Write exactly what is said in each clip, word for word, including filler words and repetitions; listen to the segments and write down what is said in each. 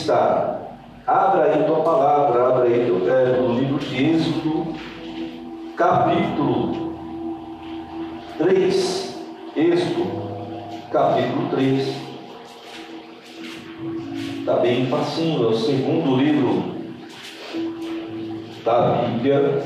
está. Abra aí tua palavra, abra aí teu verbo, no livro de Êxodo, capítulo três. Êxodo, capítulo três. Está bem facinho, é o segundo livro da Bíblia.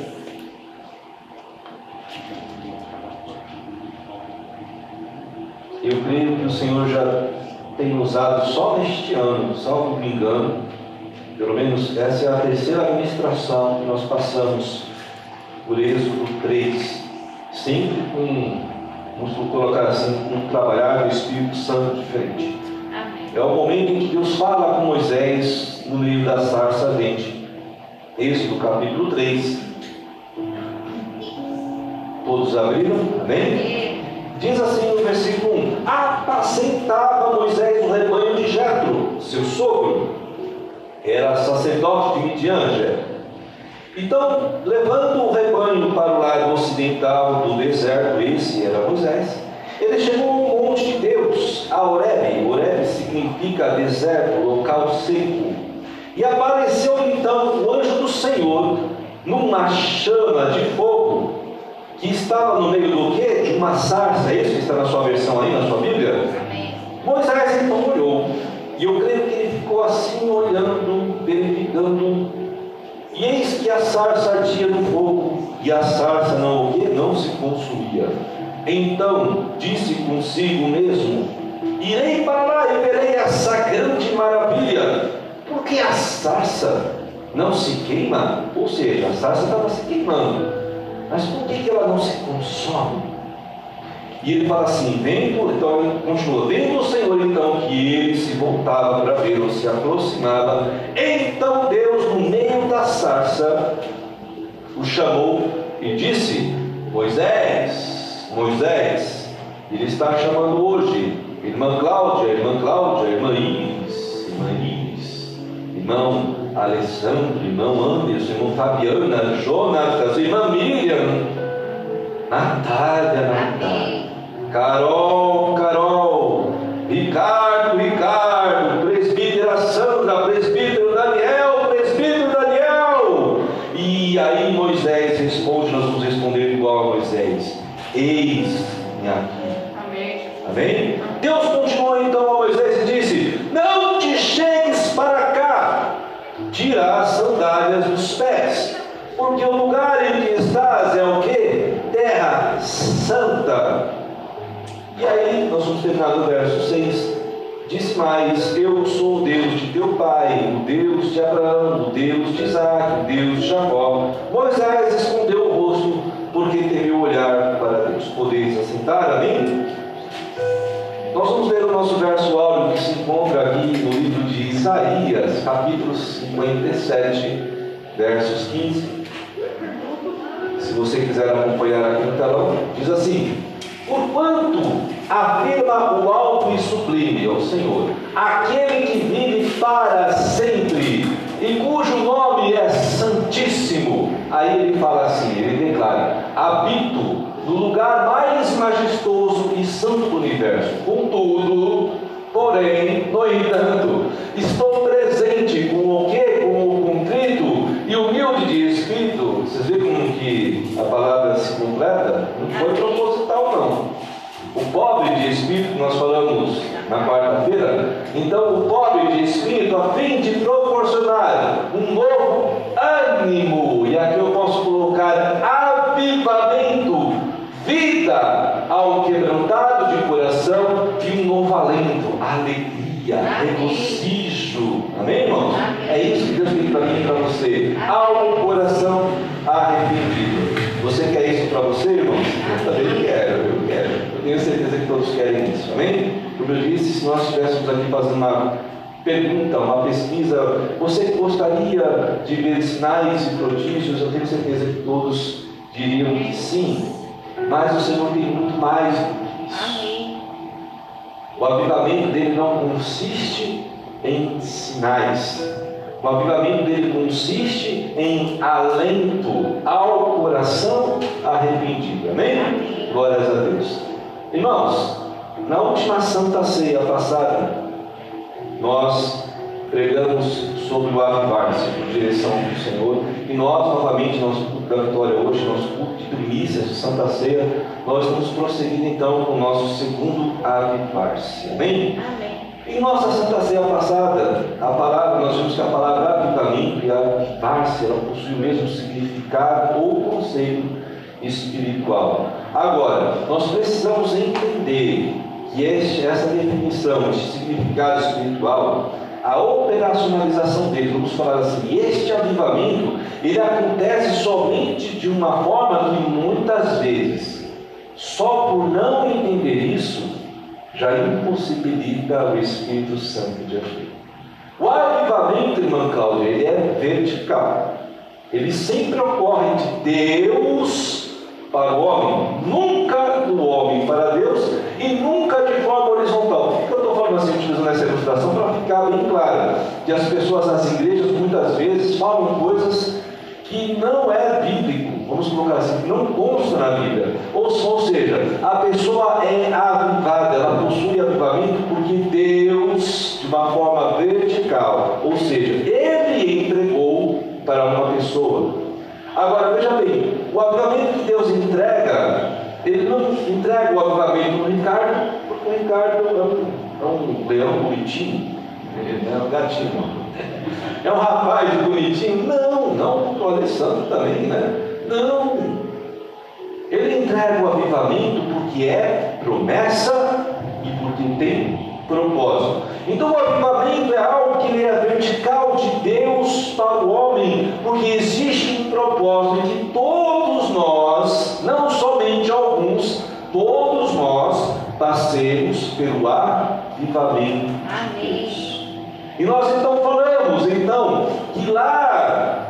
Eu creio que o Senhor já tem usado só neste ano, salvo me engano, pelo menos essa é a terceira administração que nós passamos por Êxodo três, sempre com, vamos colocar assim, com um trabalhar do Espírito Santo diferente. Amém. É o momento em que Deus fala com Moisés no meio da sarça ardente. Êxodo capítulo três. Todos abriram? Amém? Diz assim no versículo um: apacentava Moisés o rebanho de Jetro, seu sogro, era sacerdote de Midian. Então, levando o rebanho para o lado ocidental do deserto, esse era Moisés, ele chegou ao monte de Deus, a Horebe. Horebe significa deserto, local seco. E apareceu então o anjo do Senhor numa chama de fogo, que estava no meio do quê? De uma sarça. Isso que está na sua versão aí, na sua Bíblia? Amém. Moisés então olhou, e eu creio que ele ficou assim olhando, verificando, e eis que a sarça ardia no fogo, e a sarça não, o quê? Não se consumia. Então disse consigo mesmo: irei para lá e verei essa grande maravilha, porque a sarça não se queima. Ou seja, a sarça estava se queimando, mas por que ela não se consome? E ele fala assim, vendo, então ele continua, vendo o Senhor então que ele se voltava para ver, ou se aproximava, então Deus no meio da sarça o chamou e disse: Moisés, Moisés. Ele está chamando hoje irmã Cláudia, irmã Cláudia, irmã Iris, irmã Iris, irmão Alessandro, irmão Anderson, irmão Fabiana, Jonatas, irmã Miriam, Natália, Natália, Carol, Carol, Ricardo, Ricardo, presbítera Sandra, presbítero Daniel, presbítero Daniel. E aí Moisés responde, nós vamos responder igual a Moisés: eis-me aqui. Amém. Amém? Deus continuou então a Moisés e disse: não te chegues para cá, tira as sandálias dos pés, porque o lugar em que estás é o que? Terra santa. E aí nós vamos terminar no verso seis. Disse mais: eu sou o Deus de teu pai, o Deus de Abraão, o Deus de Isaac, o Deus de Jacó. Moisés escondeu o rosto, porque temeu olhar para Deus. Podeis assentar, amém? Nós vamos ler o nosso verso áureo que se encontra aqui no livro de Isaías, capítulo cinquenta e sete, versos quinze. Se você quiser acompanhar aqui no telão, diz assim: porquanto afirma o alto e sublime, ao Senhor, aquele que vive para sempre e cujo nome é santíssimo. Aí ele fala assim, ele declara: habito no lugar mais majestoso e santo do universo. Contudo, porém, no entanto, estou presente com o quê? Com o contrito e humilde de espírito. Vocês veem como que a palavra se completa? Não foi proposital, não. O pobre de espírito, nós falamos na quarta-feira, então o pobre de espírito, a fim de proporcionar um novo ânimo, e aqui eu posso colocar avivamento, vida ao quebrantado de coração, e um novo alento, alegria, regozijo. Amém, irmãos? É isso que Deus tem para mim e para você, ao coração arrependido. Você quer isso para você, irmãos? Eu também quero, eu quero. Eu tenho certeza que todos querem isso, amém? Como eu disse, se nós estivéssemos aqui fazendo uma pergunta, uma pesquisa, você gostaria de ver sinais e prodígios? Eu tenho certeza que todos diriam que sim, mas o Senhor tem muito mais do que isso. Amém. O avivamento dele não consiste em sinais. O avivamento dele consiste em alento ao coração arrependido. Amém? Amém. Glórias a Deus. Irmãos, na última Santa Ceia passada, nós pregamos sobre o avivar-se, por direção do Senhor, e nós, novamente, nosso culto da vitória hoje, nosso culto de primícias, de Santa Ceia, nós estamos prosseguindo então com o nosso segundo avivar-se. Amém? Amém. Em nossa Santa Ceia passada, a palavra, nós vimos que a palavra avivamento e avivar-se, ela possui o mesmo significado ou conceito espiritual. Agora, nós precisamos entender que este, essa definição, este significado espiritual, a operacionalização dele, vamos falar assim, este avivamento, ele acontece somente de uma forma que muitas vezes, só por não entender isso, já impossibilita o Espírito Santo de agir. O avivamento, irmã Cláudia, ele é vertical. Ele sempre ocorre de Deus para o homem, nunca do homem para Deus e nunca de forma horizontal. Por que eu estou falando assim, utilizando essa ilustração para ficar bem claro que as pessoas nas igrejas muitas vezes falam coisas que não é bíblico, vamos colocar assim, que não consta na Bíblia. Ou, ou seja, a pessoa é avivada, ela possui avivamento porque Deus, de uma forma vertical, ou seja, Ele entregou para uma pessoa. Agora, veja bem, o avivamento que Deus entrega, Ele não entrega o avivamento no Ricardo, porque o Ricardo é um, é um leão bonitinho, é um gatinho. É um rapaz bonitinho? Não, não, o Alessandro também, né? Não. Ele entrega o avivamento porque é promessa e porque tem propósito. Então o avivamento é algo que ele é vertical de Deus para o homem, porque existe um propósito de todos nós, não somente alguns, todos nós passemos pelo avivamento de Deus. E nós então falamos então que lá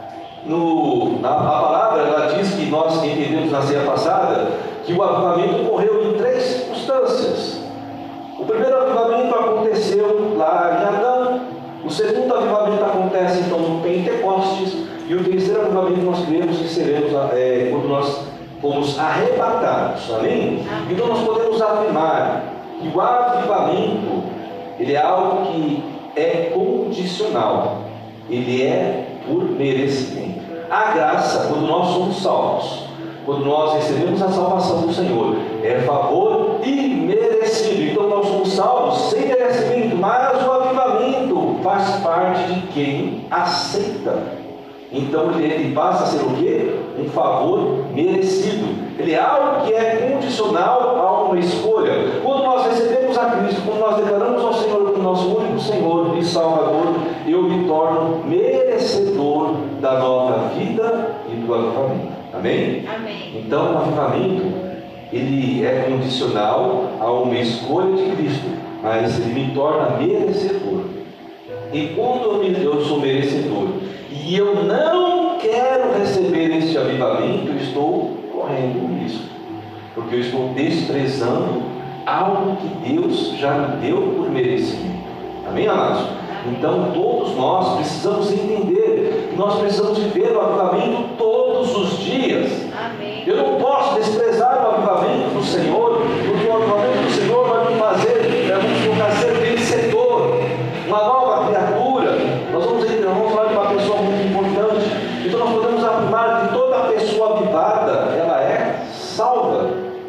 no, na a palavra ela diz que nós entendemos na ceia passada que o avivamento ocorreu em três circunstâncias. O primeiro avivamento aconteceu lá em Adão, o segundo avivamento acontece então no Pentecostes, e o terceiro avivamento nós cremos que seremos é, quando nós fomos arrebatados. Amém? Então nós podemos afirmar que o avivamento ele é algo que é condicional, ele é por merecimento. A graça, quando nós somos salvos, quando nós recebemos a salvação do Senhor, é favor imerecido. Então nós somos salvos sem merecimento, mas o avivamento faz parte de quem aceita. Então ele passa a ser o quê? Um favor merecido. Ele é algo que é condicional a uma escolha. Quando nós recebemos a Cristo, quando nós declaramos ao Senhor como nosso único Senhor e Salvador, eu me torno merecedor da nova vida e do avivamento. Amém? Amém. Então o avivamento ele é condicional a uma escolha de Cristo, mas ele me torna merecedor. E quando eu sou merecedor e eu não quero receber este avivamento, eu estou correndo um risco, porque eu estou desprezando algo que Deus já me deu por merecimento. Amém, amados? Então todos nós precisamos entender que nós precisamos viver o avivamento todos os dias. Amém. Eu não posso desprezar o avivamento do Senhor, porque o avivamento do Senhor vai me fazer, vamos colocar, ser vencedor, uma nova criatura. Nós vamos, nós vamos falar de uma pessoa muito importante. Então nós podemos afirmar que toda pessoa avivada, ela é salva.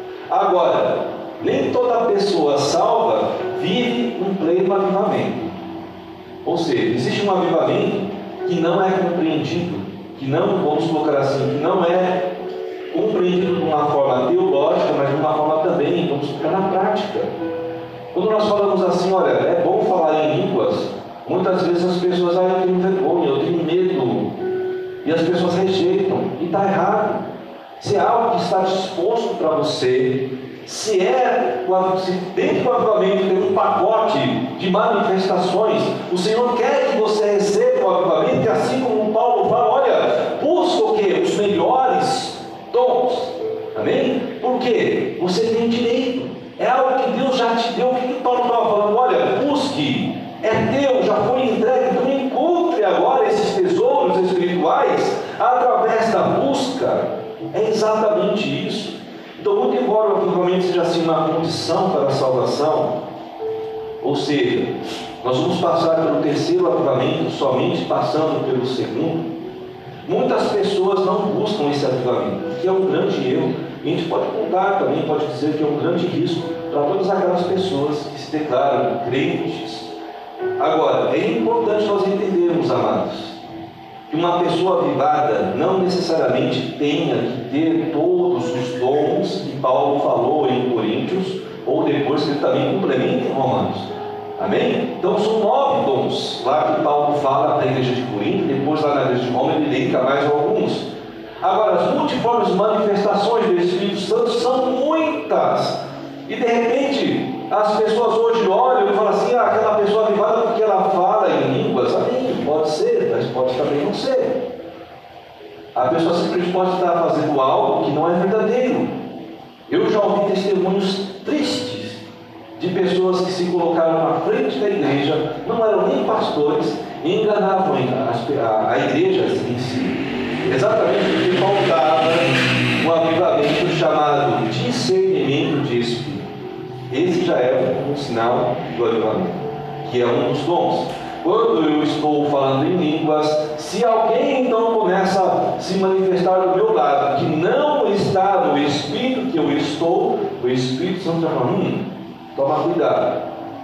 Agora, nem toda pessoa salva vive um pleno avivamento. Ou seja, existe um avivamento que não é compreendido, que não, vamos colocar assim, que não é compreendido de uma forma teológica, mas de uma forma também, vamos colocar na prática. Quando nós falamos assim, olha, é bom falar em línguas, muitas vezes as pessoas, ah, eu tenho vergonha, eu tenho medo, e as pessoas rejeitam, e está errado. Se é algo que está disposto para você, se é, se dentro do avivamento tem um pacote de manifestações, o Senhor quer que você receba o avivamento, e assim como Paulo fala, olha, busca o quê? Os melhores dons. Amém? Por quê? Você tem direito. É algo que Deus já te deu. O que Paulo estava falando? Olha, busque. É teu, já foi entregue. Então encontre agora esses tesouros espirituais através da busca. É exatamente isso. Então, muito embora o avivamento seja assim uma condição para a salvação, Ou seja, nós vamos passar pelo terceiro avivamento somente passando pelo segundo. Muitas pessoas não buscam esse avivamento, que é um grande erro. A gente pode contar também, pode dizer que é um grande risco para todas aquelas pessoas que se declaram crentes. Agora, é importante nós entendermos, amados, que uma pessoa avivada não necessariamente tenha que ter todos os dons que Paulo falou em Coríntios, ou depois que ele também complementa em Romanos. Amém? Então são nove dons lá que Paulo fala na igreja de Corinto, depois lá na igreja de Roma ele elenca mais alguns. Agora, as multiformes manifestações do Espírito Santo são muitas, e de repente as pessoas hoje olham e falam assim: ah, aquela pessoa avivada porque ela fala em línguas. Amém? Pode ser, mas pode também não ser. A pessoa simplesmente pode estar fazendo algo que não é verdadeiro. Eu já ouvi testemunhos tristes de pessoas que se colocaram na frente da igreja, não eram nem pastores, e enganavam a, a, a igreja em si, exatamente porque faltava um avivamento chamado discernimento de espírito. Esse já é um sinal do avivamento, que é um dos dons. Quando eu estou falando em línguas, se alguém então começa a se manifestar do meu lado, que não está no espírito que eu estou, o Espírito Santo já fala: hum, toma cuidado,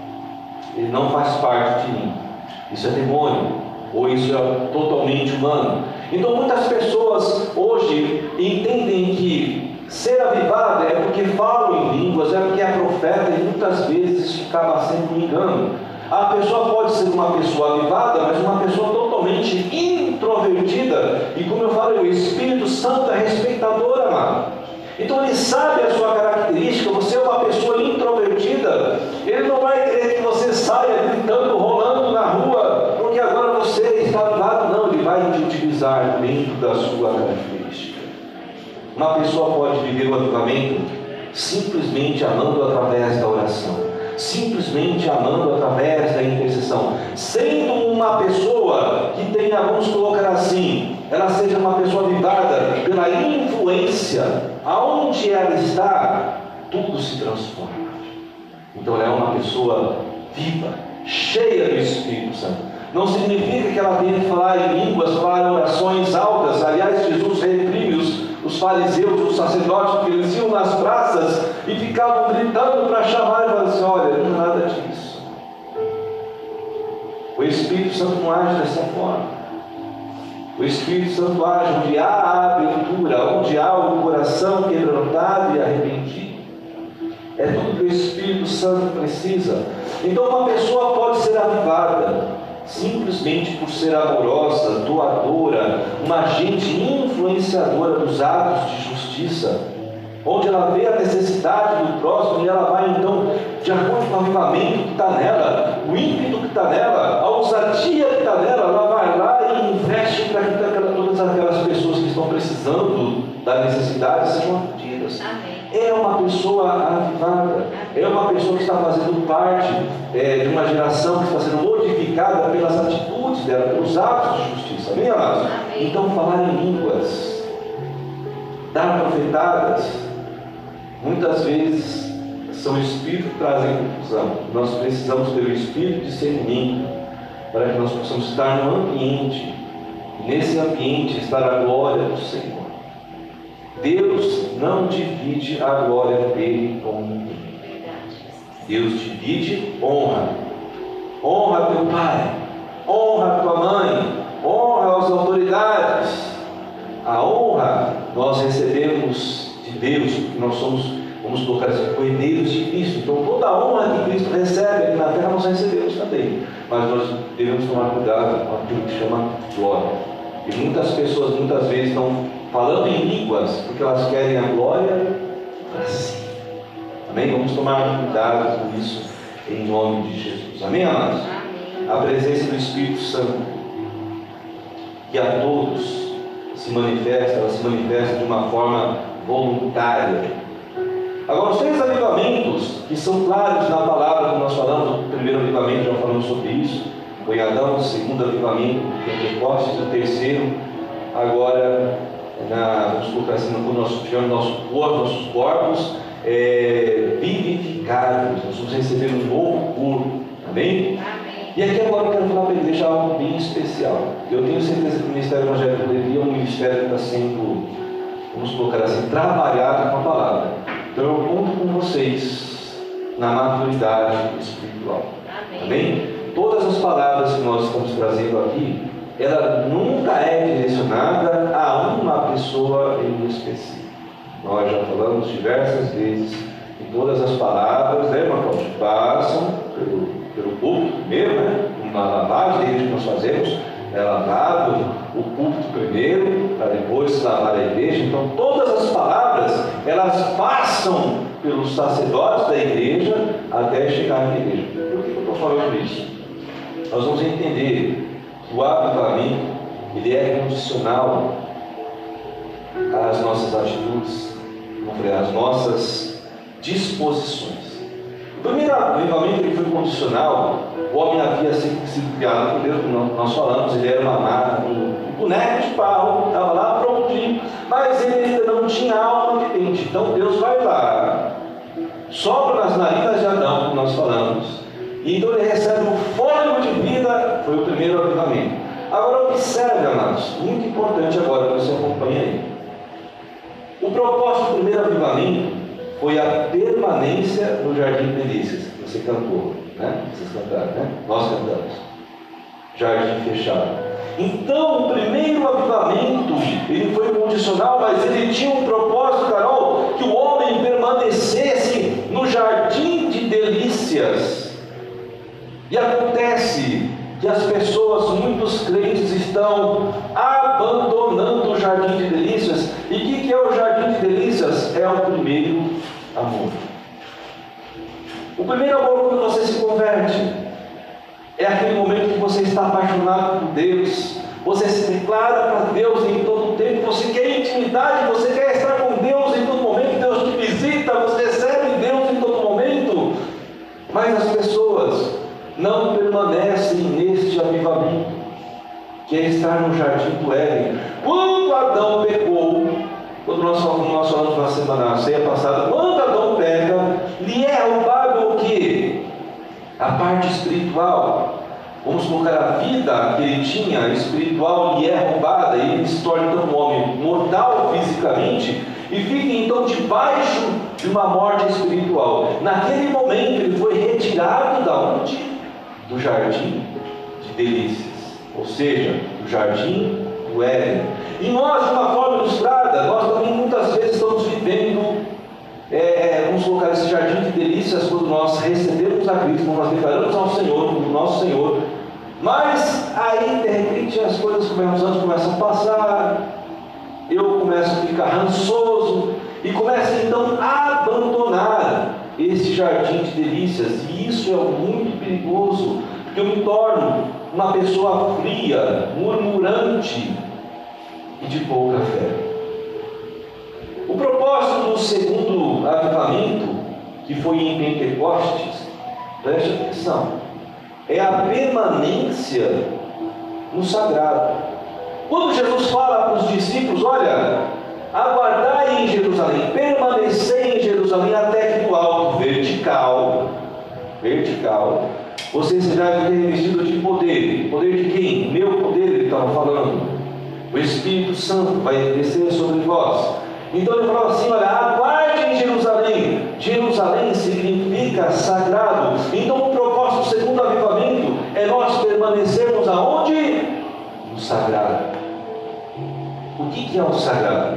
ele não faz parte de mim, isso é demônio, ou isso é totalmente humano. Então muitas pessoas hoje entendem que ser avivado é porque falam em línguas, é porque é profeta, e muitas vezes isso acaba sendo um engano. A pessoa pode ser uma pessoa avivada, mas uma pessoa totalmente introvertida, e como eu falei, o Espírito Santo é respeitador, amado. Então ele sabe a sua característica. Você é uma pessoa introvertida, ele não vai querer que você saia gritando, rolando na rua, porque agora você está avivado. Não, ele vai te utilizar dentro da sua característica. Uma pessoa pode viver o avivamento simplesmente amando através da oração, simplesmente amando através da intercessão, sendo uma pessoa que tenha, vamos colocar assim, ela seja uma pessoa avivada pela influência, aonde ela está, tudo se transforma. Então ela é uma pessoa viva, cheia do Espírito Santo. Não significa que ela tenha que falar em línguas, falar em orações altas. Aliás, Jesus reprime os, os fariseus, os sacerdotes, porque eles iam nas praças e ficavam gritando para chamar e falar assim: olha, não é nada disso. O Espírito Santo não age dessa forma. O Espírito Santo age onde há a abertura, onde há o coração quebrantado e arrependido. É tudo que o Espírito Santo precisa. Então uma pessoa pode ser avivada simplesmente por ser amorosa, doadora, uma agente influenciadora dos atos de justiça, onde ela vê a necessidade do próximo e ela vai então, de acordo com o avivamento que está nela, o ímpeto que está nela, a ousadia que está nela, ela vai lá e investe para que todas aquelas pessoas que estão precisando da necessidade sejam atendidas. É uma pessoa avivada, é uma pessoa que está fazendo parte é, de uma geração que está sendo modificada pelas atitudes dela, pelos atos de justiça. Amém, amados? Então, falar em línguas, dar profetadas, muitas vezes são espíritos que trazem confusão. Nós precisamos ter o espírito de discernimento para que nós possamos estar no ambiente, e nesse ambiente estar a glória do Senhor. Deus não divide a glória dele com ninguém. Deus divide honra. Honra teu pai, honra tua mãe, honra as autoridades. A honra nós recebemos de Deus, porque nós somos, vamos colocar assim, herdeiros de Cristo. Então toda a honra que Cristo recebe aqui na terra nós recebemos também. Mas nós devemos tomar cuidado com aquilo que chama glória. E muitas pessoas muitas vezes estão falando em línguas porque elas querem a glória para si. Amém? Vamos tomar cuidado com isso em nome de Jesus. Amém, amados? Amém. A presença do Espírito Santo, que a todos se manifesta, ela se manifesta de uma forma voluntária. Agora, os três avivamentos que são claros na palavra, como nós falamos, o primeiro avivamento já falamos sobre isso, foi em Adão, o segundo avivamento, Pentecostes, o terceiro, agora, na, vamos colocar assim, quando nós tivemos nosso corpo, nossos corpos é, vivificados, nós vamos receber um novo corpo. Amém? E aqui agora eu quero falar para a igreja algo bem especial. Eu tenho certeza que o Ministério Evangélico do Levi é um ministério que está sendo, vamos colocar assim, trabalhado com a palavra. Então eu conto com vocês na maturidade espiritual. Amém? Amém? Todas as palavras que nós estamos trazendo aqui, ela nunca é direcionada a uma pessoa em específico. Nós já falamos diversas vezes que todas as palavras, né, Marcos, passam pelo, pelo púlpito primeiro, né? Uma lavagem desde que nós fazemos, é lavado o púlpito primeiro, para depois se lavar a igreja. Então todas as palavras, elas passam pelos sacerdotes da igreja até chegar na igreja. Por que eu estou falando isso? Nós vamos entender que o avivamento, ele é condicional às nossas atitudes, às nossas disposições. O primeiro avivamento, ele foi condicional. O homem havia sido criado por Deus, como nós falamos, ele era uma máquina, um boneco de pau, estava lá prontinho, mas ele ainda não tinha alma vivente. Então Deus vai lá, sopra nas narinas de Adão, como nós falamos, e então ele recebe um fôlego de vida. Foi o primeiro avivamento. Agora observe, amados, muito importante agora que você acompanha aí. O propósito do primeiro avivamento foi a permanência no Jardim de Delícias. Você cantou, né? Vocês cantaram, né? Nós cantamos. Jardim fechado. Então, o primeiro avivamento, ele foi condicional, mas ele tinha um propósito, Carol, que o homem permanecesse no Jardim de Delícias. E acontece que as pessoas, muitos crentes, estão abandonando o Jardim de Delícias. E o que, que é o Jardim de Delícias? É o primeiro amor. O primeiro amor, quando você se converte, é aquele momento que você está apaixonado por Deus, você se declara para Deus em todo o tempo, você quer intimidade, você quer estar com Deus em todo momento, Deus te visita, você recebe Deus em todo momento. Mas as pessoas não permanecem neste avivamento, que é estar no jardim do Éden. Quando Adão pecou, quando nós, nós falamos na semana, na ceia passada, quando Adão peca, lhe é roubado o quê? A parte espiritual. Vamos colocar a vida que ele tinha espiritual lhe é roubada, e ele se torna então um homem mortal fisicamente, e fica então debaixo de uma morte espiritual. Naquele momento ele foi retirado da onde? Do jardim de delícias, ou seja, do jardim do Éden. E nós, de uma forma ilustrada, nós também muitas vezes estamos vivendo, é, vamos colocar esse jardim de delícias quando nós recebemos a Cristo, quando nós declaramos ao Senhor, como nosso Senhor. Mas aí, de repente, as coisas começam, começam a passar, eu começo a ficar rançoso, e começo então a abandonar esse jardim de delícias. E isso é muito perigoso, porque eu me torno uma pessoa fria, murmurante e de pouca fé. O propósito do segundo avivamento, que foi em Pentecostes, preste atenção, é a permanência no sagrado. Quando Jesus fala para os discípulos, olha, aguardai em Jerusalém, permanecei em Jerusalém até que do alto vertical, vertical, vocês sejam revestidos de poder. Poder de quem? Meu poder, ele estava falando. O Espírito Santo vai descer sobre vós. Então ele falava assim, olha, aguarde em Jerusalém. Jerusalém significa sagrado. Então o propósito do segundo avivamento é nós permanecermos aonde? No sagrado. O que é o sagrado?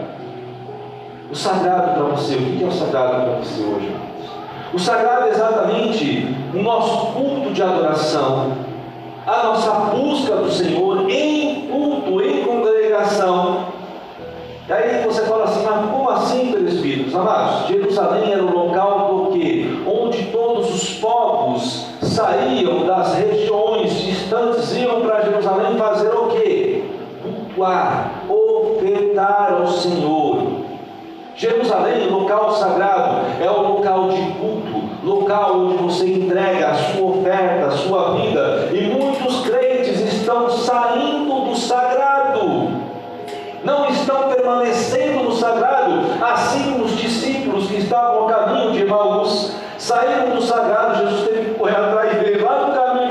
O sagrado para você, o que é o sagrado para você hoje? O sagrado é exatamente o nosso culto de adoração, a nossa busca do Senhor em culto, em congregação. E aí você fala assim, mas como assim, presbíteros? Amados, Jerusalém era o local do quê? Onde todos os povos saíam das regiões distantes, iam para Jerusalém fazer o quê? Cultuar, ofertar ao Senhor. Jerusalém, local sagrado, é o local de culto, local onde você entrega a sua oferta, a sua vida, e muitos crentes estão saindo do sagrado, não estão permanecendo no sagrado, assim os discípulos estavam ao caminho de Emaús, saíram do sagrado, Jesus teve que correr atrás dele, lá no caminho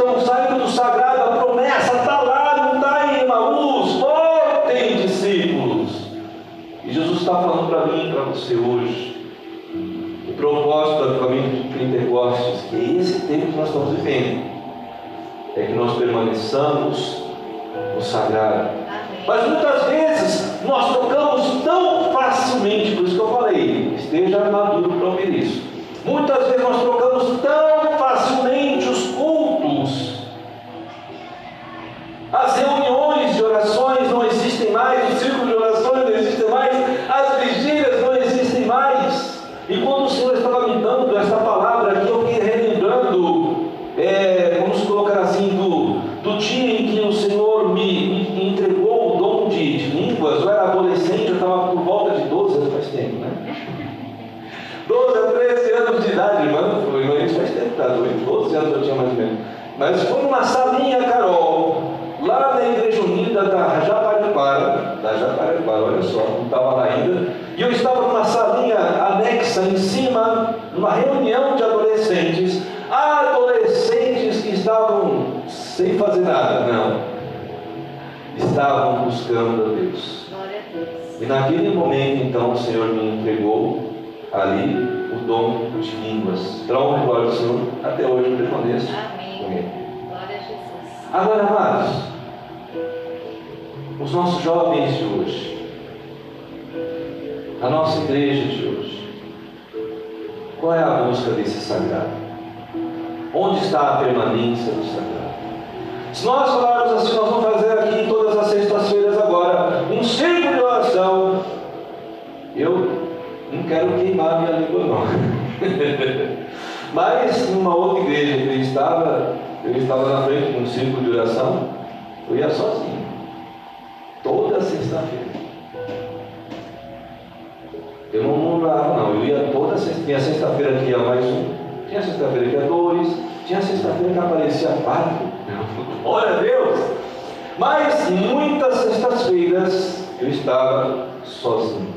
estão saindo do sagrado, a promessa está lá, não está em Emaús. Voltem, discípulos. E Jesus está falando para mim e para você hoje. O propósito do avivamento de Pentecostes, que é esse tempo que nós estamos vivendo, é que nós permaneçamos no sagrado. Mas muitas vezes nós tocamos tão facilmente, por isso que eu falei, esteja maduro para ouvir isso. Muitas vezes nós trocamos tão facilmente os cultos. As reuniões de orações não existem mais, os círculos de orações não existem mais, as vigílias não existem mais. E quando o Senhor estava me dando esta palavra aqui, eu fiquei relembrando, é, vamos colocar assim, do, do dia em que o Senhor me, me entregou o dom de, de línguas. Eu era adolescente, eu estava por volta de doze anos, faz tempo, né? doze a treze anos de idade, irmão, foi, isso faz tempo, tá doido, doze anos eu tinha mais ou menos. Mas foi numa salinha, Carol, lá na Igreja Unida da Japarequara, da Japarequara, olha só, não estava lá ainda, e eu estava numa salinha anexa em cima, numa reunião de adolescentes, adolescentes que estavam sem fazer nada, não, estavam buscando a Deus. Glória a Deus. E naquele momento, então, o Senhor me entregou ali o dom de línguas. Para honra e glória do Senhor, até hoje eu permaneço com Ele. Glória a Jesus. Agora, amados, os nossos jovens de hoje, a nossa igreja de hoje, qual é a busca desse sagrado? Onde está a permanência do sagrado? Se nós falarmos assim, nós vamos fazer aqui todas as sextas-feiras agora um círculo de oração. Eu não quero queimar minha língua, não. Mas numa outra igreja que eu estava, eu estava na frente de um círculo de oração, eu ia sozinho, toda sexta-feira. Eu não murava, não, eu ia toda sexta. Tinha sexta-feira que ia mais um, tinha sexta-feira que ia dois, tinha sexta-feira que aparecia quatro. Glória a Deus! Mas muitas sextas-feiras eu estava sozinho.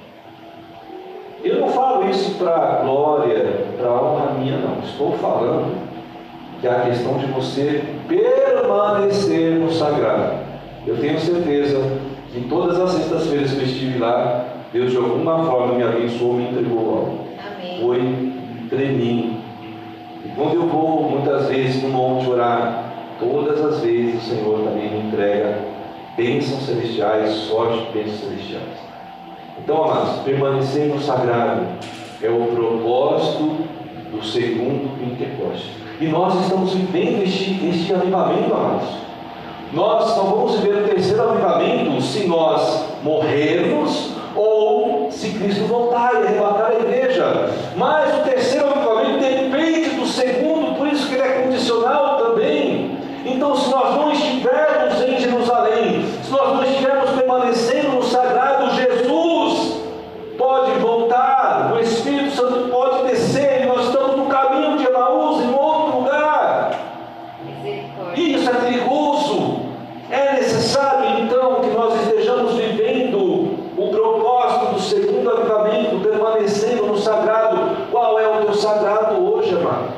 Eu não falo isso para glória, para honra minha, não. Estou falando que é a questão de você permanecer no sagrado. Eu tenho certeza que em todas as sextas-feiras que eu estive lá, Deus de alguma forma me abençoou, me entregou algo. Amém. Foi treminho. E quando eu vou muitas vezes no monte orar, todas as vezes o Senhor também me entrega bênçãos celestiais, sorte de bênçãos celestiais. Então, amados, permanecer no sagrado é o propósito do segundo Pentecostes. E nós estamos vivendo este, este avivamento, amados. Nós só vamos viver o terceiro avivamento se nós morrermos ou se Cristo voltar e arrebatar a igreja. Mas o terceiro avivamento depende do segundo, por isso que ele é condicional também. Então, se nós não estivermos em Jerusalém, se nós não estivermos permanecendo no sagrado, Jesus pode voltar, o Espírito Santo pode descer, e nós estamos no caminho de Emaús, em outro lugar. E isso é perigoso. É necessário, então, que nós estejamos vivendo o propósito do segundo avivamento, permanecendo no sagrado. Qual é o teu sagrado hoje, amado?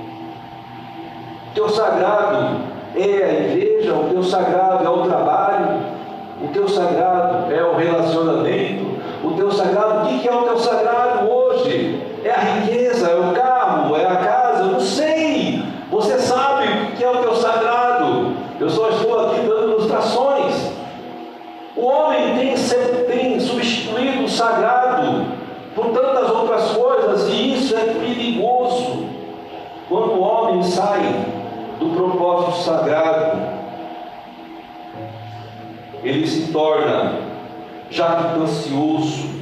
O teu sagrado é a igreja, o teu sagrado é o trabalho, o teu sagrado é o relacionamento, o teu sagrado, o que é o teu sagrado hoje? É a riqueza, é o carro, é a casa, eu não sei. Você sabe o que é o teu sagrado. Eu só estou aqui dando ilustrações. O homem tem, tem substituído o sagrado por tantas outras coisas, e isso é perigoso. Quando o homem sai do propósito sagrado, ele se torna jactancioso,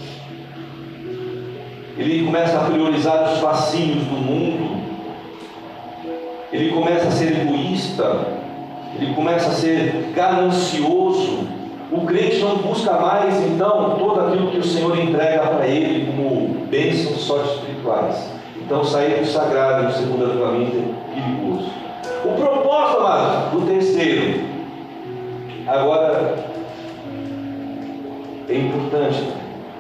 ele começa a priorizar os fascínios do mundo, ele começa a ser egoísta, ele começa a ser ganancioso. O crente não busca mais, então, todo aquilo que o Senhor entrega para ele como bênçãos só espirituais. Então, sair do sagrado no segundo avivamento é perigoso. O propósito, amado, do terceiro, agora, é importante,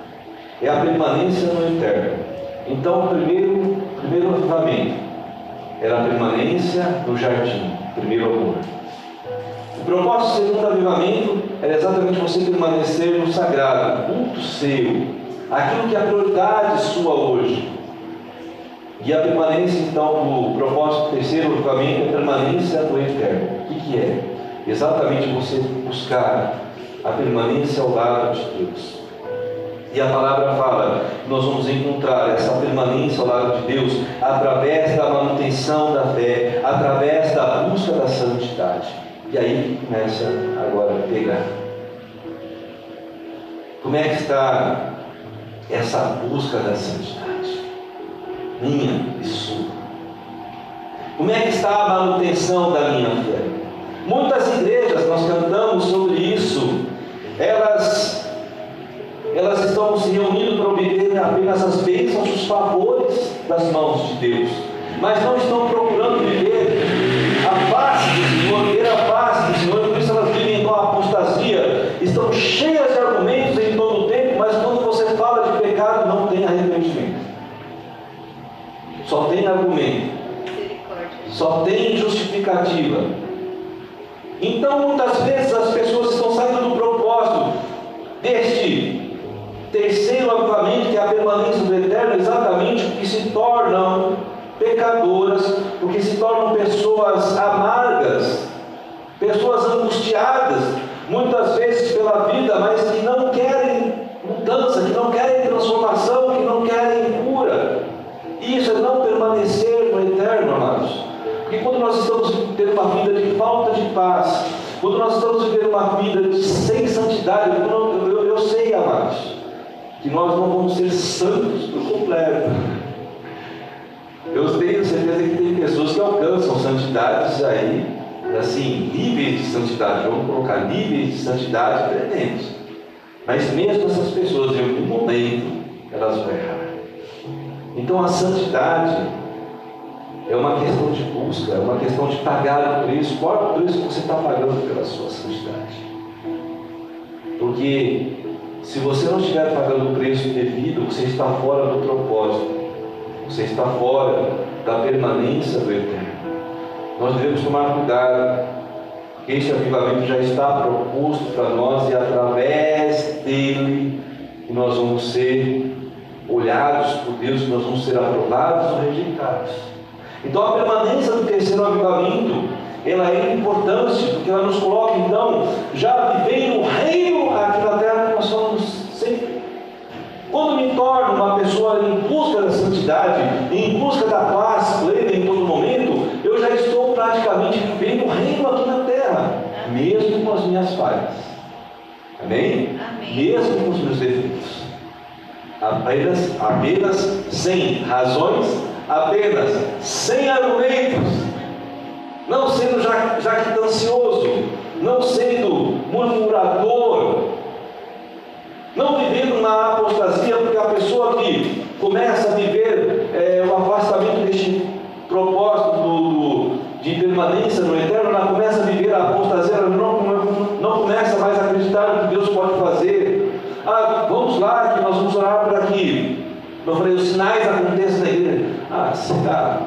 é a permanência no eterno. Então, o primeiro, primeiro avivamento era a permanência no jardim, primeiro amor. O propósito do segundo avivamento era exatamente você permanecer no sagrado, culto seu, aquilo que é a prioridade sua hoje. E a permanência, então, do propósito do terceiro avivamento é a permanência do eterno. O que, que é? Exatamente você buscar a permanência ao lado de Deus. E a palavra fala que nós vamos encontrar essa permanência ao lado de Deus através da manutenção da fé, através da busca da santidade. E aí começa agora a pegar. Como é que está essa busca da santidade? Minha e sua. Como é que está a manutenção da minha fé? Muitas igrejas, nós cantamos sobre isso, elas, elas estão se reunindo para obter apenas as bênçãos, os favores das mãos de Deus, mas não estão procurando viver a paz do Senhor, ter a paz do Senhor. Por isso elas vivem com a apostasia, estão cheias de argumentos em todo o tempo, mas quando você fala de pecado, não tem arrependimento. Só tem argumento, só tem justificativa. Então, muitas vezes as pessoas estão saindo do propósito deste terceiro avivamento, que é a permanência do eterno, exatamente porque se tornam pecadoras, porque se tornam pessoas amargas, pessoas angustiadas, muitas vezes pela vida, mas que não querem mudança, que não querem transformação, que não querem cura. Isso é não permanecer no eterno, amados. Porque quando nós estamos tendo uma vida de falta de paz, quando nós estamos vivendo uma vida de, sem santidade, eu, eu, eu sei, amados, que nós não vamos ser santos por completo. Eu tenho certeza que tem pessoas que alcançam santidades aí, assim, níveis de santidade, vamos colocar níveis de santidade pretendentes. Mas mesmo essas pessoas, em algum momento, elas vão errar. Então a santidade é uma questão de busca, é uma questão de pagar o preço. Qual é o preço que você está pagando pela sua santidade? Porque se você não estiver pagando o preço devido, você está fora do propósito, você está fora da permanência do eterno. Nós devemos tomar cuidado, porque este avivamento já está proposto para nós, e através dele nós vamos ser olhados por Deus, nós vamos ser aprovados ou rejeitados. Então a permanência do terceiro avivamento, ela é importante, porque ela nos coloca então, já vivendo o reino aqui na terra que nós somos sempre. Quando me torno uma pessoa em busca da santidade, em busca da paz plena em todo momento, eu já estou praticamente vivendo o reino aqui na terra, mesmo com as minhas falhas. Amém? Amém. Mesmo com os meus defeitos. Apenas, apenas sem razões, apenas sem argumentos, não sendo jactancioso, não sendo murmurador, não vivendo na apostasia, porque a pessoa que começa a viver é, o afastamento deste propósito do, do, de permanência no eterno, ela começa a viver a apostasia, ela não, não, não começa mais a acreditar no que Deus pode fazer. Ah, vamos lá, que nós vamos orar para que, eu falei, os sinais aconteçam na igreja. Ah, será?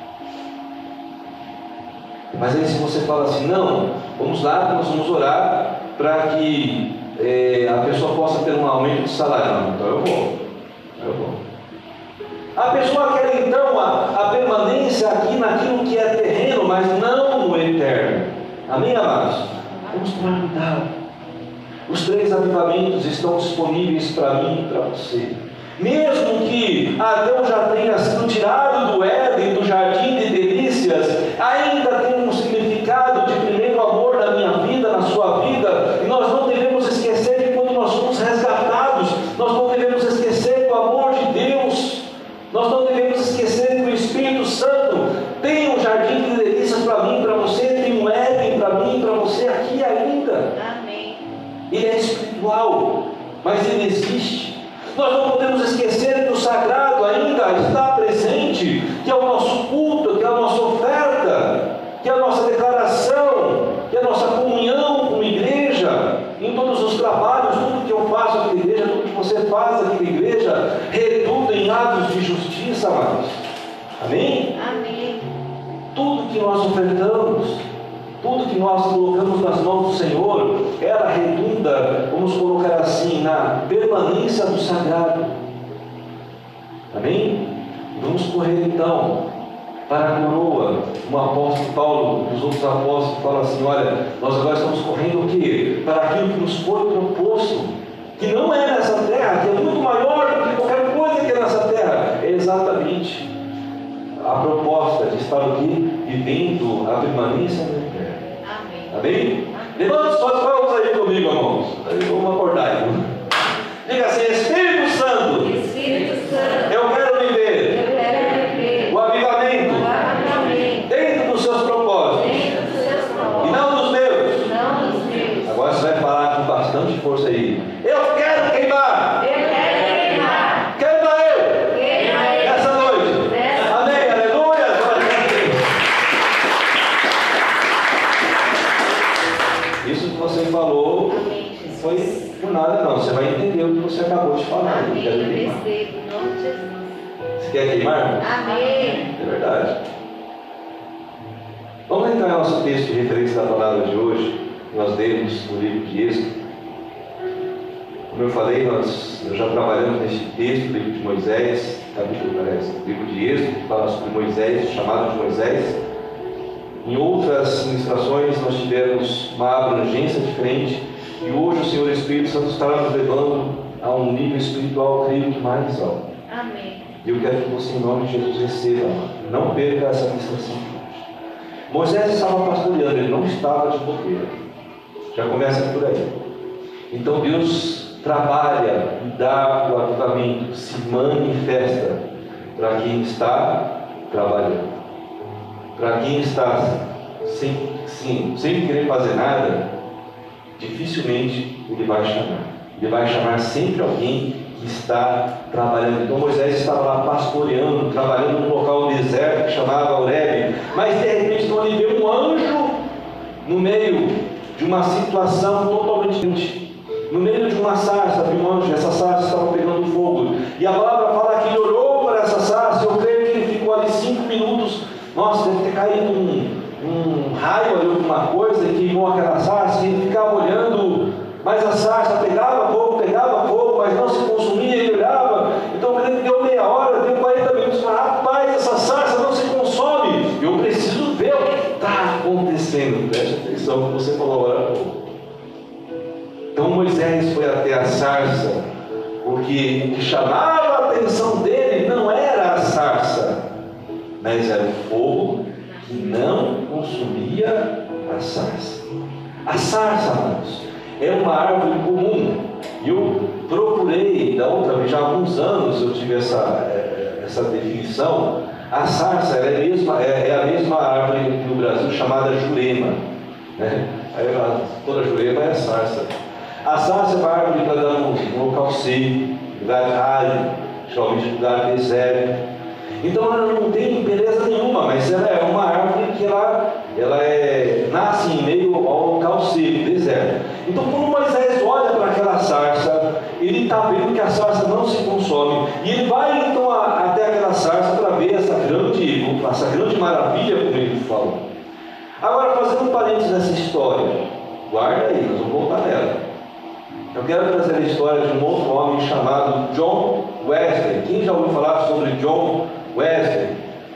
Mas aí se você fala assim, não, vamos lá, que nós vamos orar para que é, a pessoa possa ter um aumento de salário. Não, então eu vou. Eu vou. A pessoa quer então a, a permanência aqui naquilo que é terreno, mas não no eterno. Amém, amados? Vamos tomar cuidado. Os três avivamentos estão disponíveis para mim e para você. Mesmo que Adão já tenha sido tirado do Éden, do jardim de delícias, ainda tem um significado de primeiro amor na minha vida, na sua vida. E nós não devemos esquecer que quando nós somos resgatados, nós não devemos esquecer do amor de Deus. Nós não devemos esquecer que o Espírito Santo tem um jardim de delícias para mim, para você, tem um Éden para mim, para você aqui ainda. Amém. Ele é espiritual, mas ele existe. Nós não podemos esquecer que o sagrado ainda está presente, que é o nosso culto, que é a nossa oferta, que é a nossa declaração, que é a nossa comunhão com a igreja, em todos os trabalhos, tudo que eu faço aqui na igreja, tudo que você faz aqui na igreja, redunda em atos de justiça, amados. Amém? Amém. tudo que nós ofertamos, tudo que nós colocamos nas mãos do Senhor, ela redunda, vamos colocar assim, na permanência do sagrado. Amém? Vamos correr então para a coroa. O apóstolo Paulo e os outros apóstolos falam assim: olha, nós agora estamos correndo o quê? Para aquilo que nos foi proposto, que não é nessa terra, que é muito maior do que qualquer coisa que é nessa terra. É exatamente a proposta de estar aqui vivendo a permanência da terra. Amém. Amém? Levante suas mãos aí comigo, irmãos. Aí vamos acordar aí. Diga assim: Espírito Santo, Espírito Santo, eu quero viver eu quero viver o avivamento o avivamento dentro dos seus propósitos dentro dos seus e propósitos, não dos meus. não dos meus. Agora você vai falar com bastante força aí. Eu quero queimar. Eu quero queimar, Queima eu queima eu nessa noite. nessa Amém, aleluia. Isso que você falou Amém, não foi Jesus. por nada não. Você vai entender o que você acabou de falar. Eu Amém, quero eu queimar. recebo, em nome de Jesus. Você quer queimar? Amém. É verdade. Vamos entrar no nosso texto de referência da palavra de hoje. Nós lemos no livro de Êxodo. Como eu falei, nós já trabalhamos neste texto, livro de Moisés, capítulo, parece, livro de Êxodo, que fala sobre Moisés, chamado de Moisés. Em outras ministrações nós tivemos uma abrangência diferente, e hoje o Senhor Espírito Santo está nos levando a um nível espiritual, creio que mais alto. Amém. E eu quero que você, em nome de Jesus, receba, não perca essa ministração de hoje. Moisés estava pastoreando, ele não estava de bobeira. Já começa por aí. Então Deus trabalha e dá o avivamento, se manifesta para quem está trabalhando. Para quem está sem, sim, sem querer fazer nada, dificilmente ele vai chamar. Ele vai chamar sempre alguém que está trabalhando. Então Moisés estava lá pastoreando, trabalhando num local deserto que chamava Horebe, mas de repente então, ele vê um anjo no meio de uma situação totalmente diferente. No meio de uma sarça, viu um anjo, essa sarça estava pegando fogo. E a palavra fala que ele olhou para essa sarça, eu creio que ele ficou ali cinco minutos. Nossa, deve ter caído um, um raio ali, alguma coisa, que queimou aquela sarça, e ele ficava olhando, mas a sarça pegava fogo, pegava fogo, mas não se consumia, ele olhava. Então ele deu meia hora, deu quarenta minutos, mas rapaz, essa sarça não se consome. Eu preciso ver o que está acontecendo. Preste atenção no que você falou agora há pouco. Então Moisés foi até a sarça, porque o que chamava a atenção dele não era a sarça, mas era o fogo que não consumia a sarça. A sarça, amados, é uma árvore comum. Eu procurei, da outra vez, já há alguns anos eu tive essa, essa definição. A sarça é a mesma, é, é a mesma árvore no Brasil chamada jurema, né? Aí, toda jurema é a sarça. A sarça é uma árvore que dá no local seco, lugar árido, geralmente lugar deserto. Então ela não tem beleza nenhuma, mas ela é uma árvore que ela, ela é, nasce em meio ao local seco, deserto. Então quando Moisés olha para aquela sarça, ele está vendo que a sarça não se consome. E ele vai então a, até aquela sarça para ver essa grande, essa grande maravilha, como ele falou. Agora, fazendo um parênteses nessa história, guarda aí, nós vamos voltar nela. Eu quero trazer a história de um outro homem chamado John Wesley. Quem já ouviu falar sobre John Wesley?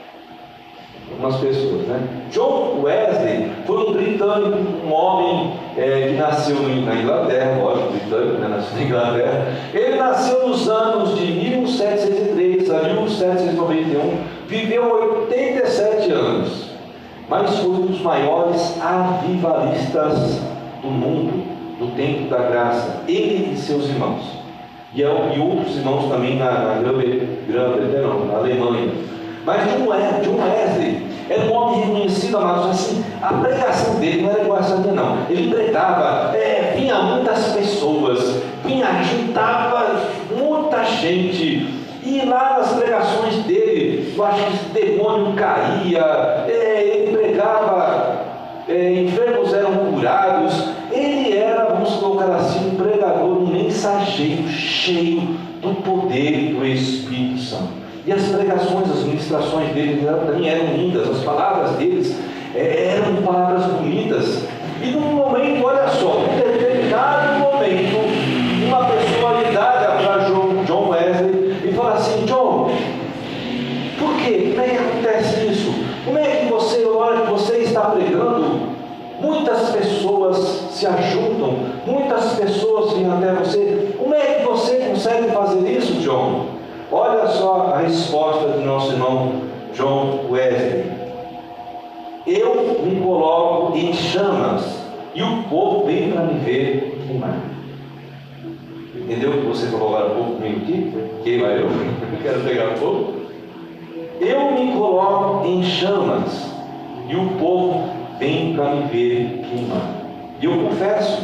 Algumas pessoas, né? John Wesley foi um britânico, um homem é, que nasceu na Inglaterra, lógico, britânico, né? Nasceu na Inglaterra. Ele nasceu nos anos de mil setecentos e três a mil setecentos e noventa e um, viveu oitenta e sete anos, mas foi um dos maiores avivalistas do mundo, do tempo da graça, ele e seus irmãos, e, e outros irmãos também na, na Grã-Bretanha, não, na Alemanha. Mas John Wesley era um homem reconhecido, amados, assim, a pregação dele não era igual essa minha, não. Ele pregava, é, vinha muitas pessoas, vinha, juntava muita gente, e lá nas pregações dele, eu acho que esse demônio caía, é, ele pregava, é, enfermos eram curados. Ele era, vamos colocar assim, um pregador, um mensageiro cheio do poder do Espírito Santo. E as pregações, as ministrações deles também eram lindas, as palavras deles eram palavras bonitas. E num momento, olha só, num determinado momento, uma pessoa ligaga para John Wesley e fala assim: John, por quê? Como é que acontece isso? Como é que você, na hora que você está pregando, muitas pessoas se ajuntam, muitas pessoas vêm até você? Como é que você consegue fazer isso, John? Olha só a resposta do nosso irmão John Wesley: eu me coloco em chamas e o povo vem para me ver queimar. Entendeu o que você falou agora há pouco comigo aqui? Queima eu, eu quero pegar fogo. Eu me coloco em chamas e o povo vem para me ver queimar. E eu confesso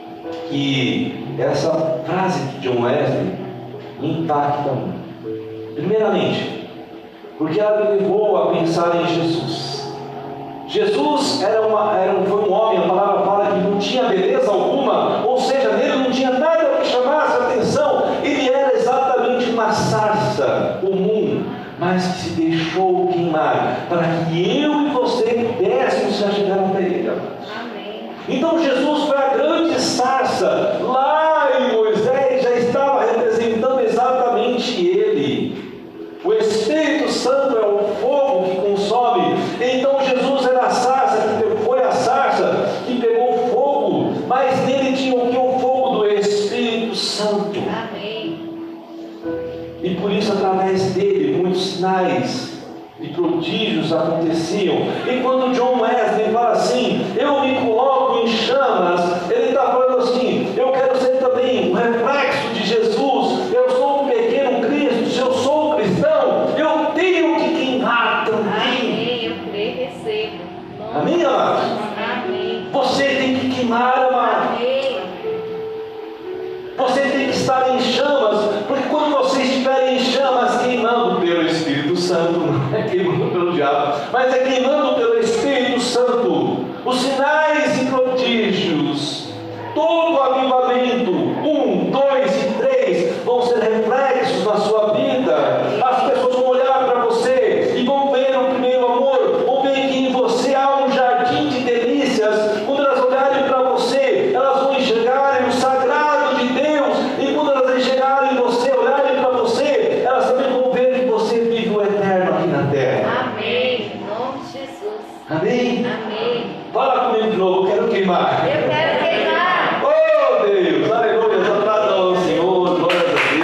que essa frase de John Wesley me impacta muito. Primeiramente, porque ela me levou a pensar em Jesus. Jesus era uma, era um, foi um homem, a palavra fala que não tinha beleza alguma, ou seja, nele não tinha nada que chamasse a atenção. Ele era exatamente uma sarça comum, mas que se deixou queimar, para que eu e você pudéssemos já chegar até ele. Amém. Então Jesus foi a grande sarça. Lá em Moisés já estava representando exatamente ele. O Espírito Santo é o fogo que consome. Então Jesus era a sarça, que foi a sarça que pegou fogo, mas nele tinha o que? O fogo do Espírito Santo. Amém. E por isso, através dele, muitos sinais e prodígios aconteciam. E quando John Wesley fala assim: eu me coloco em chamas, ele está falando assim: eu quero ser também um reflexo de Jesus. Eu sou um pequeno Cristo. Se eu sou um cristão, eu tenho que queimar também. Amém. Eu creio e recebo. Amém, amados? Amém. Você tem que queimar, amado. Amém. Você tem que estar em chamas, porque quando você estiver em chamas, queimando pelo Espírito Santo, não é queimando pelo diabo, mas é queimando pelo Espírito Santo, os sinais e prodígios, todo o avivamento, um, dois e três, vão ser reflexos na sua vida. As pessoas vão olhar para você e vão ver o primeiro amor, vão ver que em você há um jardim de delícias. Quando elas olharem para você, elas vão enxergar o sagrado de Deus, e quando elas enxergarem você, olharem para você, elas também vão ver que você vive o eterno aqui na terra. Amém. Em nome de Jesus. Amém? Amém. Fala comigo de novo, eu quero queimar. Eu quero queimar. Oh Deus, aleluia, exaltado ao Senhor, glória a Deus.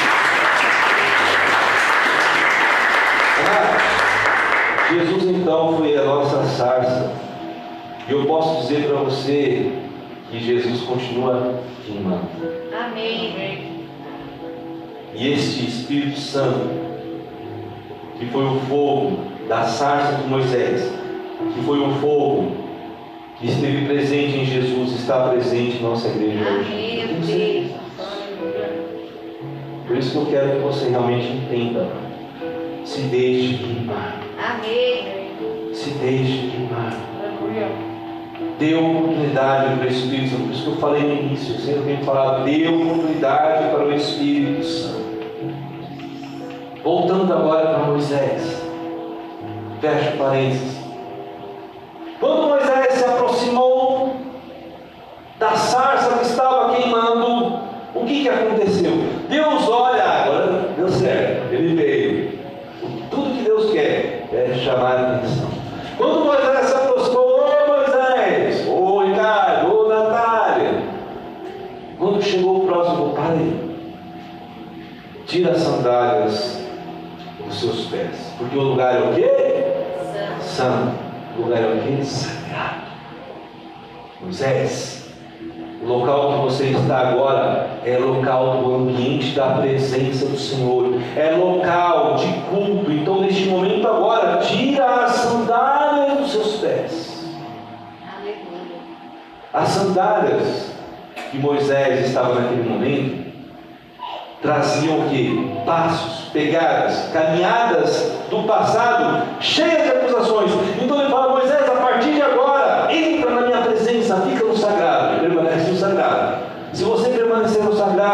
Ah, Jesus então foi a nossa sarça, e eu posso dizer para você que Jesus continua queimando. Amém. E este Espírito Santo, que foi o fogo da sarça de Moisés, que foi o fogo que esteve presente em Jesus, está presente em nossa igreja hoje. Amém. Eu Eu tenho creio. certeza. Por isso que eu quero que você realmente entenda. Se deixe queimar. Amém. Se deixe queimar. Aleluia. Dê oportunidade para o Espírito Santo. Por isso que eu falei no início, eu sempre tenho falado, dê oportunidade para o Espírito Santo. Voltando agora para Moisés. Fecha parênteses. Quando Moisés se aproximou da sarça que estava queimando, o que, que aconteceu? Deus, olha, agora deu certo, ele veio. Tudo que Deus quer é chamar a atenção. Quando Moisés se aproximou, ô Moisés, ô Ricardo, ô Natália, quando chegou o próximo, pai, tira as sandálias dos seus pés, porque o lugar é o quê? Santo. Santo. O lugar é o quê? Sagrado. Moisés, o local que você está agora é local do ambiente da presença do Senhor, é local de culto. Então neste momento agora, tira as sandálias dos seus pés. Aleluia. As sandálias que Moisés estava naquele momento traziam o quê? Passos, pegadas, caminhadas do passado, cheias de acusações. Então ele fala: Moisés, a partir de agora, entra na minha presença, fica no sagrado, permanece no sagrado. Se você permanecer no sagrado,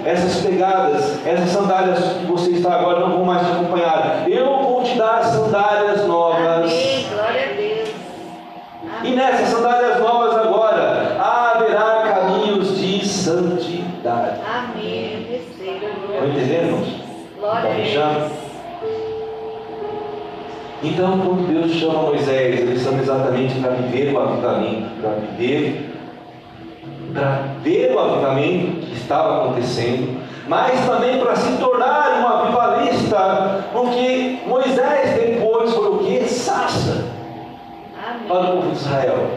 essas pegadas, essas sandálias que você está agora não vão mais te acompanhar. Eu vou te dar sandálias novas. Amém. Glória a Deus. E nessas sandálias novas agora haverá caminhos de santidade. Amém. Receba. Estão entendendo, irmãos? Glória a Deus. Então, quando Deus chama Moisés, eles são exatamente para viver o avivamento, para viver, para ver o avivamento que estava acontecendo, mas também para se tornar um avivalista, porque Moisés depois foi o que? Sarça para o povo de Israel.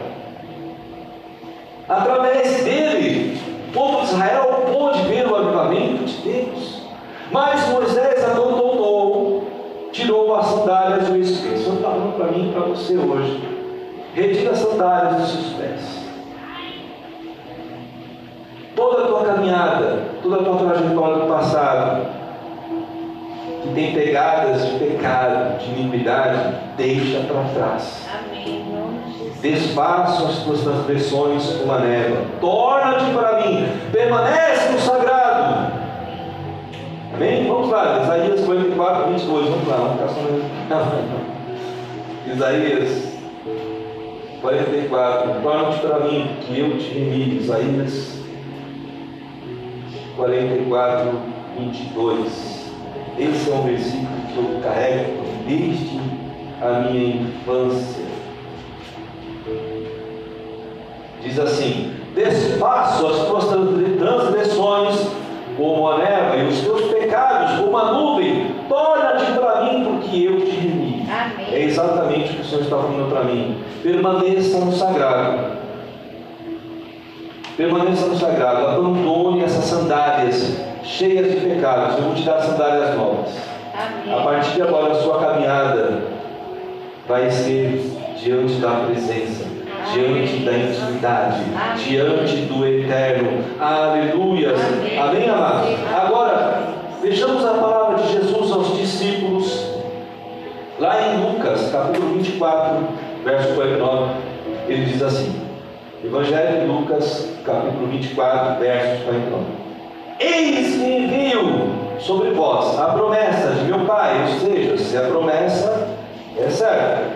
Através dele, o povo de Israel pôde ver o avivamento de Deus. Mas Moisés abandonou, tirou as sandálias do Espírito. O Senhor está falando para mim e para você hoje. Retira as sandálias dos seus pés. Toda a tua caminhada, toda a tua trajetória do passado, que tem pegadas de pecado, de iniquidade, deixa para trás. Amém. Desfaço as tuas transgressões como a névoa. Torna-te para mim. Permanece no sagrado. Amém? Vamos lá. Isaías quarenta e quatro, vinte e dois. Vamos lá. Vamos ficar só no... Isaías quarenta e quatro. Torna-te para mim, que eu te remi. Isaías quarenta e quatro, vinte e dois. Esse é um versículo que eu carrego desde a minha infância. Diz assim: desfaço as tuas transgressões como a névoa e os teus pecados como a nuvem. Torna-te para mim, porque eu te remi. Amém. É exatamente o que o Senhor está falando para mim. Permaneça no sagrado. Permaneça no sagrado. Abandone essas sandálias cheias de pecados. Eu vou te dar sandálias novas. Amém. A partir de agora, a sua caminhada vai ser diante da presença, diante da intimidade, Amém. diante do eterno. Aleluia. Amém, Amém, amados? Agora, vejamos a palavra de Jesus aos discípulos, lá em Lucas, capítulo vinte e quatro, verso quarenta e nove. Ele diz assim: Evangelho de Lucas, capítulo vinte e quatro, verso quarenta e nove. Eis que envio sobre vós a promessa de meu Pai. Ou seja, se a promessa é certa,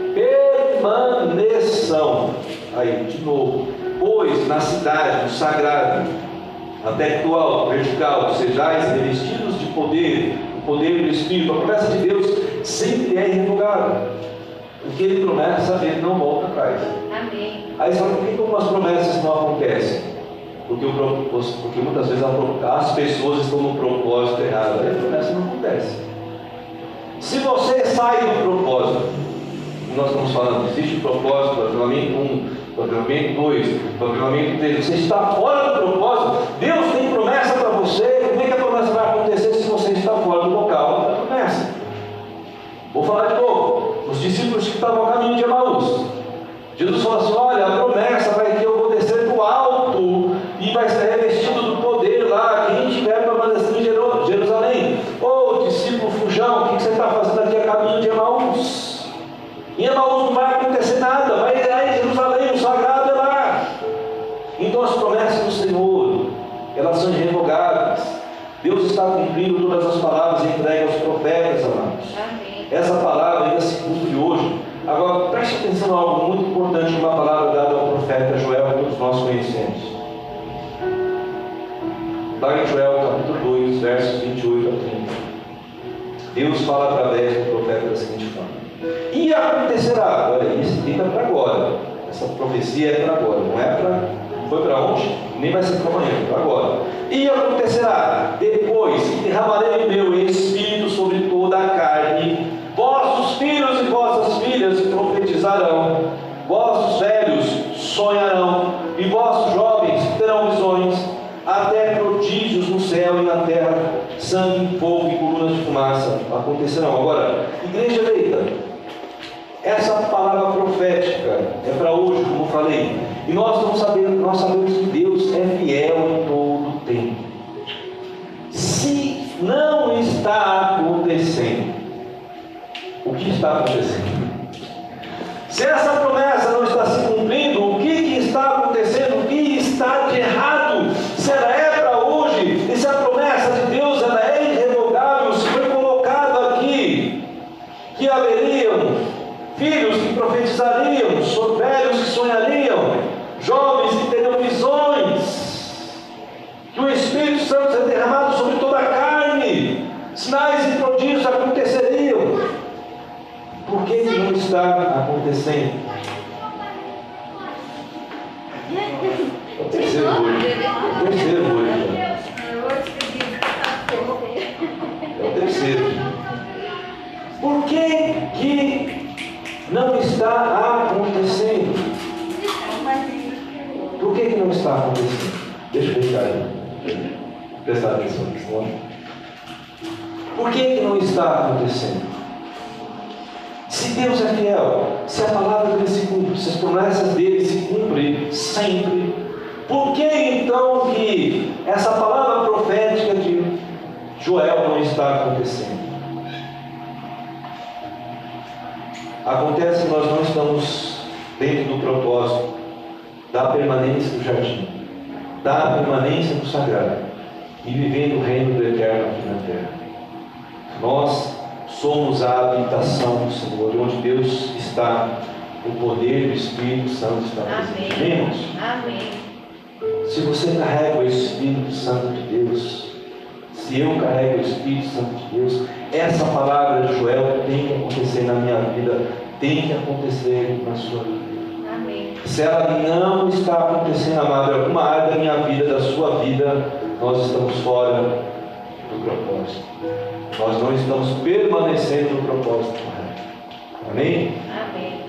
permaneçam, aí de novo, pois na cidade, no sagrado, até que do alto, vertical, sejais revestidos de poder, o poder do Espírito. A promessa de Deus sempre é irrevogável. O que Ele promessa, Ele não volta atrás. Amém. Aí você fala, por que algumas promessas não acontecem? Porque, o, porque muitas vezes as pessoas estão no propósito errado. Aí a promessa não acontece. Se você sai do propósito, nós estamos falando, existe o propósito, planejamento um, planejamento dois, planejamento três, você está fora do propósito, Deus tem promessa para você. Como é que a promessa vai acontecer se você está fora do local da promessa? Vou falar de novo. Os discípulos que estavam no caminho de Emaús, Jesus falou assim: olha, a promessa vai que eu vou descer do alto e vai ser revestido do poder lá, quem tiver permanecendo em Jerusalém. Ô discípulo fujão, o que você está fazendo aqui a caminho de Emaús? Em Emaús não vai acontecer nada, vai lá em Jerusalém, o sagrado é lá. Então as promessas do Senhor, elas são irrevogáveis. Deus está cumprindo todas as palavras entregues aos profetas, amados. Amém. Essa palavra ainda se cumpre hoje. Agora, preste atenção a algo muito importante, uma palavra dada ao profeta Joel, que todos nós conhecemos. Lá em Joel, capítulo dois, versos vinte e oito a trinta. Deus fala através do profeta da seguinte forma: e acontecerá, olha, isso fica para agora. Essa profecia é para agora, não é para, não foi para ontem, nem vai ser para amanhã, é para agora. E acontecerá, depois que derramarei o meu espírito sobre toda a carne, vossos filhos e vossas filhas profetizarão, vossos velhos sonharão, e vossos jovens terão visões, até prodígios no céu e na terra, sangue, fogo e colunas de fumaça acontecerão. Agora, igreja eleita, essa palavra profética é para hoje, como eu falei, e nós não sabemos, nós sabemos que Deus é fiel em todo o tempo. Se não está acontecendo, o que está acontecendo? Se essa promessa não está se cumprindo, o que, que está acontecendo? O que está de errado? Se ela é para hoje, e se a filhos que profetizariam, velhos que sonhariam, jovens que teriam visões, que o Espírito Santo seria derramado sobre toda a carne, sinais e prodígios aconteceriam. Por que que não está acontecendo? É o terceiro hoje. É o terceiro hoje. É o terceiro. Por que que não está acontecendo? Por que que não está acontecendo? Deixa eu explicar aí. Prestar atenção nisso. Por que que não está acontecendo? Se Deus é fiel, se a palavra dele se cumpre, se as promessas dele se cumprem sempre, por que então que essa palavra profética de Joel não está acontecendo? Acontece que nós não estamos dentro do propósito da permanência do jardim, da permanência do sagrado e vivendo o reino do eterno aqui na terra. Nós somos a habitação do Senhor, onde Deus está, o poder do Espírito Santo está presente. Amém. Amém. Se você carrega o Espírito Santo de Deus, se eu carrego o Espírito Santo de Deus, essa palavra de Joel tem que acontecer na minha vida, tem que acontecer na sua vida. Amém. Se ela não está acontecendo, amado, em alguma área da minha vida, da sua vida, nós estamos fora do propósito. Nós não estamos permanecendo no propósito correto. Amém? Amém.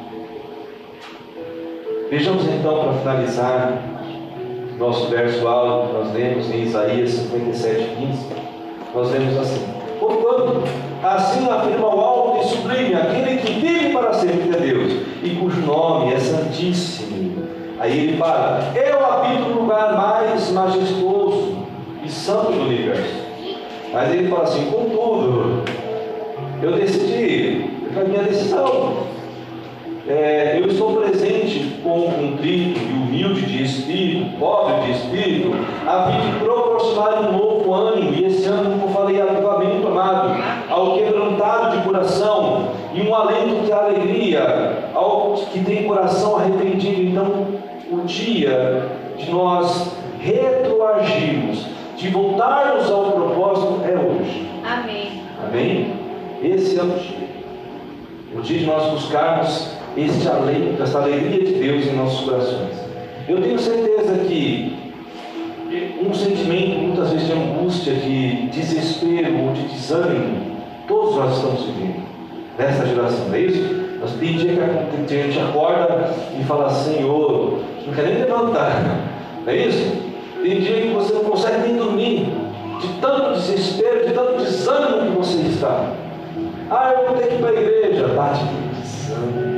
Vejamos então, para finalizar, nosso verso alto que nós lemos em Isaías cinquenta e sete, quinze. Nós lemos assim: porquanto assim afirma o alto e sublime, aquele que vive para sempre é Deus, e cujo nome é Santíssimo. Aí ele fala: eu habito no lugar mais majestoso e santo do universo. Mas ele fala assim: contudo, eu decidi, foi a minha decisão. É, eu estou presente com o contrito e humilde de espírito, pobre de espírito, a fim de proporcionar um novo ânimo, e esse ânimo, como eu falei, avivamento, amado, ao quebrantado de coração, e um alento de alegria, ao que tem coração arrependido. Então, o dia de nós retroagirmos, de voltarmos ao propósito, é hoje. Amém. Amém? Esse é o dia. O dia de nós buscarmos este alento, essa alegria de Deus em nossos corações. Eu tenho certeza que um sentimento, muitas vezes, de angústia, de desespero ou de desânimo, todos nós estamos vivendo nessa geração, não é isso? Nós tem dia que a gente acorda e fala: Senhor, não quer nem levantar, não é isso? Tem dia que você não consegue nem dormir, de tanto desespero, de tanto desânimo que você está. Ah, eu vou ter que ir para a igreja. Bate de desânimo.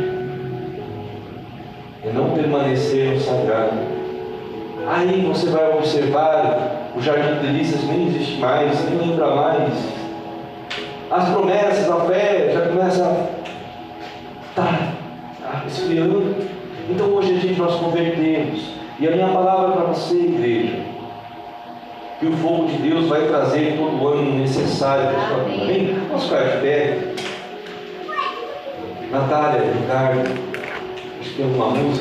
É não permanecer no sagrado. Aí você vai observar, o jardim de delícias nem existe mais, você nem lembra mais. As promessas, a fé já começa a estar tá, esfriando. Então hoje a gente nós convertemos. E a minha palavra para você, igreja, que o fogo de Deus vai trazer todo o ânimo necessário para a sua vida. Amém? Vamos ficar de pé. Natália, Ricardo, acho que tem uma música.